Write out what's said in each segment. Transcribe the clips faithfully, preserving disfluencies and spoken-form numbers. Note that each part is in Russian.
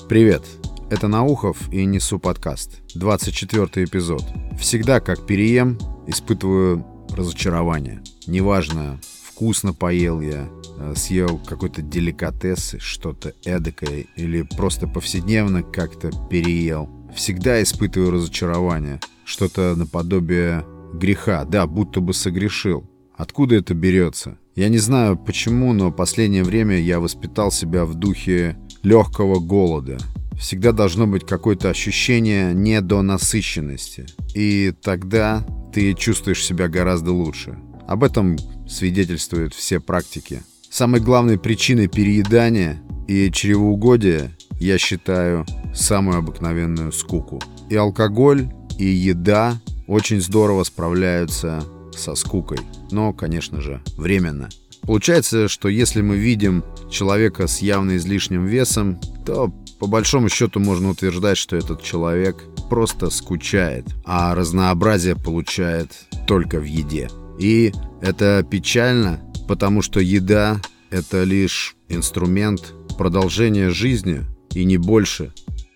Привет, это Наухов и несу подкаст. двадцать четвёртый эпизод. Всегда, как переем, испытываю разочарование. Неважно, вкусно поел я, съел какой-то деликатес, что-то эдакое, или просто повседневно как-то переел. Всегда испытываю разочарование. Что-то наподобие греха, да, будто бы согрешил. Откуда это берется? Я не знаю почему, но последнее время я воспитал себя в духе легкого голода. Всегда должно быть какое-то ощущение недонасыщенности. И тогда ты чувствуешь себя гораздо лучше. Об этом свидетельствуют все практики. Самой главной причиной переедания и чревоугодия я считаю самую обыкновенную скуку. И алкоголь, и еда очень здорово справляются со скукой. Но, конечно же, временно. Получается, что если мы видим человека с явно излишним весом, то по большому счету можно утверждать, что этот человек просто скучает, а разнообразие получает только в еде. И это печально, потому что еда — это лишь инструмент продолжения жизни и не больше.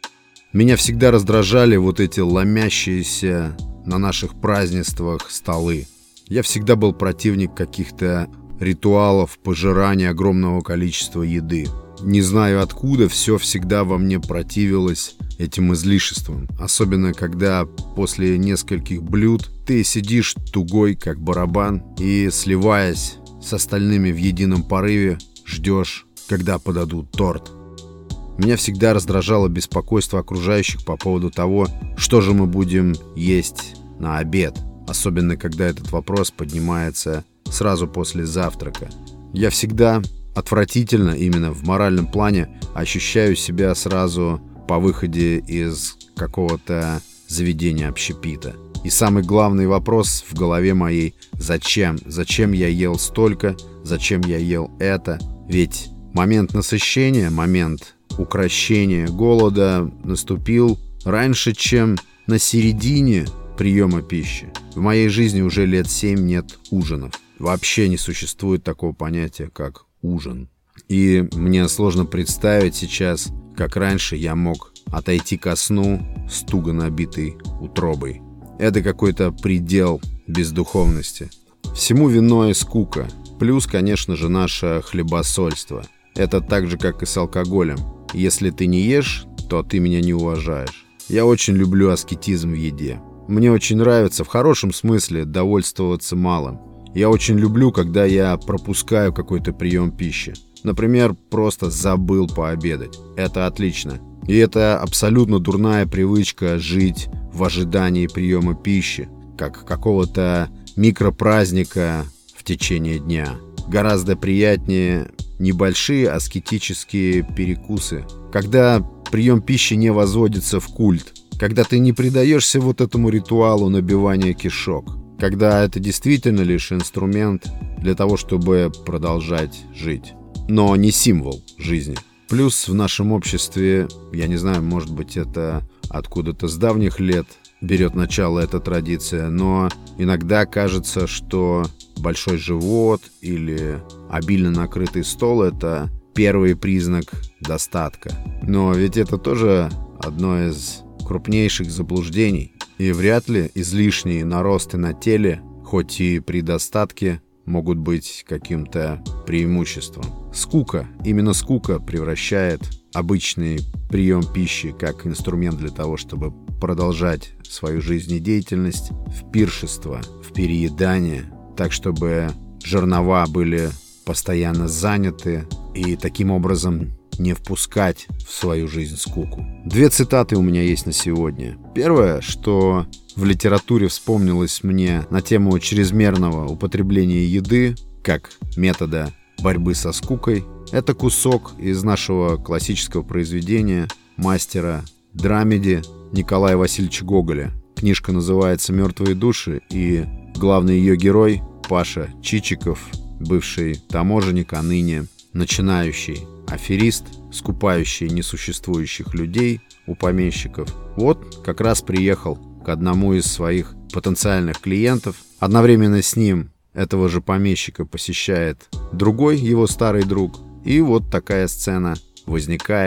Меня всегда раздражали вот эти ломящиеся на наших празднествах столы. Я всегда был противник каких-то ритуалов пожирания огромного количества еды. Не знаю откуда, все всегда во мне противилось этим излишествам. Особенно, когда после нескольких блюд ты сидишь тугой, как барабан, и, сливаясь с остальными в едином порыве, ждешь, когда подадут торт. Меня всегда раздражало беспокойство окружающих по поводу того, что же мы будем есть на обед. Особенно, когда этот вопрос поднимается сразу после завтрака. Я всегда отвратительно, именно в моральном плане, ощущаю себя сразу по выходе из какого-то заведения общепита. И самый главный вопрос в голове моей — зачем? Зачем я ел столько? Зачем я ел это? Ведь момент насыщения, момент укрощения голода наступил раньше, чем на середине приема пищи. В моей жизни уже лет семь нет ужинов. Вообще не существует такого понятия, как ужин. И мне сложно представить сейчас, как раньше я мог отойти ко сну с туго набитой утробой. Это какой-то предел бездуховности. Всему виной скука. Плюс, конечно же, наше хлебосольство. Это так же, как и с алкоголем. Если ты не ешь, то ты меня не уважаешь. Я очень люблю аскетизм в еде. Мне очень нравится, в хорошем смысле, довольствоваться малым. Я очень люблю, когда я пропускаю какой-то прием пищи. Например, просто забыл пообедать. Это отлично. И это абсолютно дурная привычка жить в ожидании приема пищи, как какого-то микропраздника в течение дня. Гораздо приятнее небольшие аскетические перекусы, когда прием пищи не возводится в культ, когда ты не предаешься вот этому ритуалу набивания кишок, когда это действительно лишь инструмент для того, чтобы продолжать жить, но не символ жизни. Плюс в нашем обществе, я не знаю, может быть, это откуда-то с давних лет берет начало эта традиция, но иногда кажется, что большой живот или обильно накрытый стол — это первый признак достатка. Но ведь это тоже одно из крупнейших заблуждений. И вряд ли излишние наросты на теле, хоть и при достатке, могут быть каким-то преимуществом. Скука, именно скука превращает обычный прием пищи как инструмент для того, чтобы продолжать свою жизнедеятельность, в пиршество, в переедание, так чтобы жернова были постоянно заняты и таким образом не впускать в свою жизнь скуку. Две цитаты у меня есть на сегодня. Первое, что в литературе вспомнилось мне на тему чрезмерного употребления еды как метода борьбы со скукой, это кусок из нашего классического произведения мастера драмеди Николая Васильевича Гоголя. Книжка называется «Мертвые души», и главный ее герой Паша Чичиков, бывший таможенник, а ныне начинающий аферист, скупающий несуществующих людей у помещиков, вот как раз приехал к одному из своих потенциальных клиентов. Одновременно с ним этого же помещика посещает другой его старый друг. И вот такая сцена возникает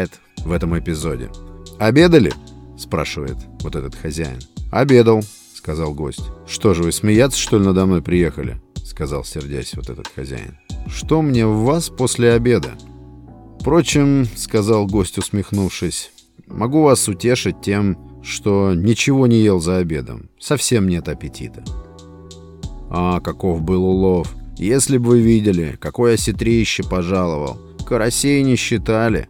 в этом эпизоде. «Обедали?» — спрашивает вот этот хозяин. «Обедал», — сказал гость. «Что же, вы смеяться, что ли, надо мной приехали?» — сказал, сердясь, вот этот хозяин. «Что мне в вас после обеда?» «Впрочем, — сказал гость, усмехнувшись, — могу вас утешить тем, что ничего не ел за обедом. Совсем нет аппетита». «А, каков был улов! Если бы вы видели, какое осетрище пожаловал! Карасей не считали!»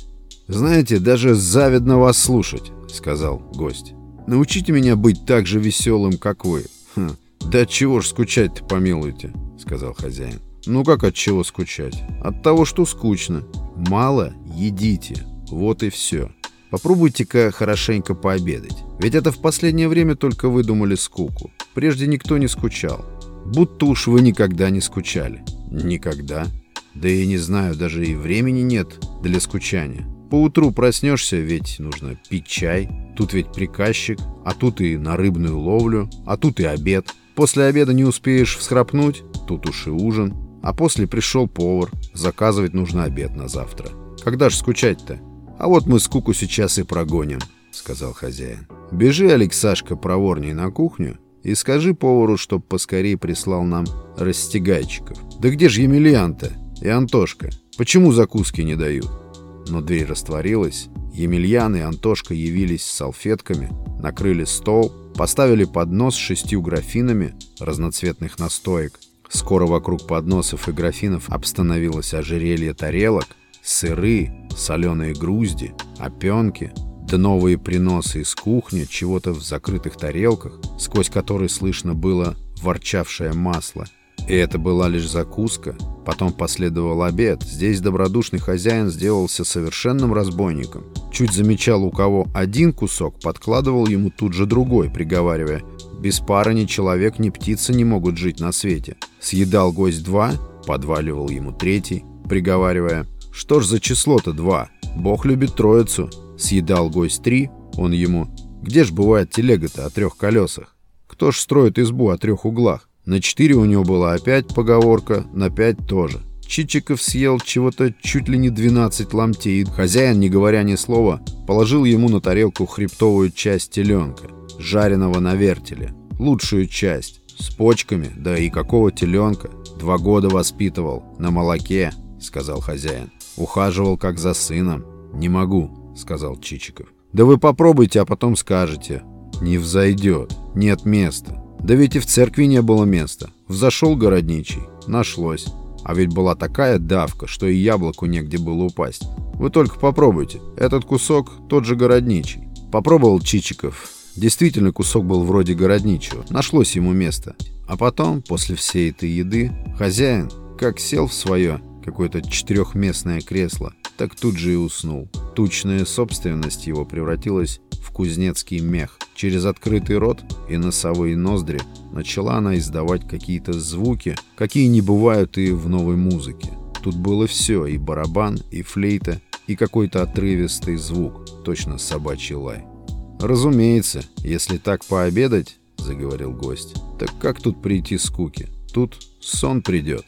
«Знаете, даже завидно вас слушать», — сказал гость. «Научите меня быть так же веселым, как вы». «Хм, да от чего ж скучать-то, помилуйте», — сказал хозяин. «Ну как от чего скучать? От того, что скучно. Мало едите, вот и все. Попробуйте-ка хорошенько пообедать. Ведь это в последнее время только вы думали скуку. Прежде никто не скучал. Будто уж вы никогда не скучали». «Никогда? Да я не знаю, даже и времени нет для скучания. Поутру проснешься, ведь нужно пить чай. Тут ведь приказчик, а тут и на рыбную ловлю, а тут и обед. После обеда не успеешь всхрапнуть, тут уж и ужин. А после пришел повар, заказывать нужно обед на завтра. Когда ж скучать-то? А вот мы скуку сейчас и прогоним», — сказал хозяин. «Бежи, Алексашка, проворней на кухню и скажи повару, чтоб поскорее прислал нам растягайчиков. Да где же Емельян-то и Антошка? Почему закуски не дают?» Но дверь растворилась. Емельян и Антошка явились с салфетками, накрыли стол, поставили поднос с шестью графинами разноцветных настоек. Скоро вокруг подносов и графинов обстановилось ожерелье тарелок, сыры, соленые грузди, опенки, да новые приносы из кухни, чего-то в закрытых тарелках, сквозь которые слышно было ворчавшее масло. И это была лишь закуска. Потом последовал обед. Здесь добродушный хозяин сделался совершенным разбойником. Чуть замечал у кого один кусок, подкладывал ему тут же другой, приговаривая: «Без пары ни человек, ни птица не могут жить на свете». Съедал гость два, подваливал ему третий, приговаривая: «Что ж за число-то два? Бог любит троицу». Съедал гость три, он ему: «Где ж бывает телега-то о трех колесах? Кто ж строит избу о трех углах?» На четыре у него была опять поговорка, на пять тоже. Чичиков съел чего-то чуть ли не двенадцать ломтей. Хозяин, не говоря ни слова, положил ему на тарелку хребтовую часть теленка, жареного на вертеле, лучшую часть, с почками, да и какого теленка. Два года воспитывал, на молоке, сказал хозяин. Ухаживал как за сыном. Не могу, сказал Чичиков. Да вы попробуйте, а потом скажете. Не взойдет, нет места. Да ведь и в церкви не было места. Взошел городничий, нашлось. А ведь была такая давка, что и яблоку негде было упасть. Вы только попробуйте. Этот кусок тот же городничий. Попробовал Чичиков. Действительно, кусок был вроде городничего. Нашлось ему место. А потом, после всей этой еды, хозяин как сел в свое какое-то четырехместное кресло, так тут же и уснул. Тучная собственность его превратилась в кузнецкий мех. Через открытый рот и носовые ноздри начала она издавать какие-то звуки, какие не бывают и в новой музыке. Тут было все: и барабан, и флейта, и какой-то отрывистый звук, точно собачий лай. «Разумеется, если так пообедать, — заговорил гость, — так как тут прийти скуки? Тут сон придет.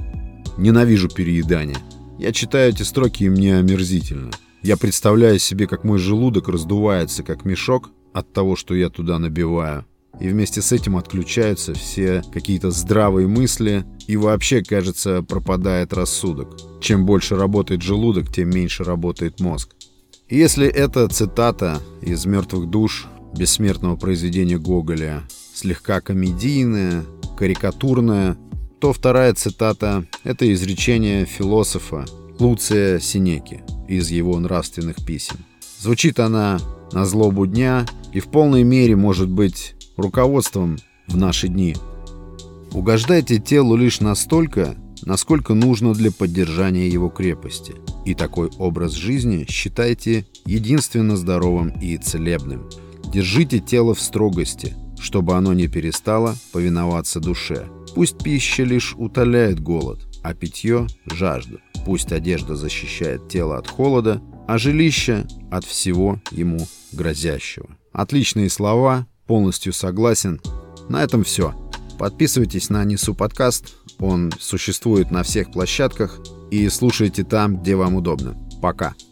Ненавижу переедание. Я читаю эти строки, и мне омерзительно. Я представляю себе, как мой желудок раздувается, как мешок, от того, что я туда набиваю. И вместе с этим отключаются все какие-то здравые мысли, и вообще, кажется, пропадает рассудок. Чем больше работает желудок, тем меньше работает мозг». И если эта цитата из «Мертвых душ» бессмертного произведения Гоголя слегка комедийная, карикатурная, то вторая цитата — это изречение философа Луция Сенеки из его нравственных писем. Звучит она на злобу дня и в полной мере может быть руководством в наши дни. Угождайте телу лишь настолько, насколько нужно для поддержания его крепости, и такой образ жизни считайте единственно здоровым и целебным. Держите тело в строгости, чтобы оно не перестало повиноваться душе. Пусть пища лишь утоляет голод, а питье – жажду. Пусть одежда защищает тело от холода, а жилище – от всего ему грозящего. Отличные слова, полностью согласен. На этом все. Подписывайтесь на Несу подкаст, он существует на всех площадках, и слушайте там, где вам удобно. Пока.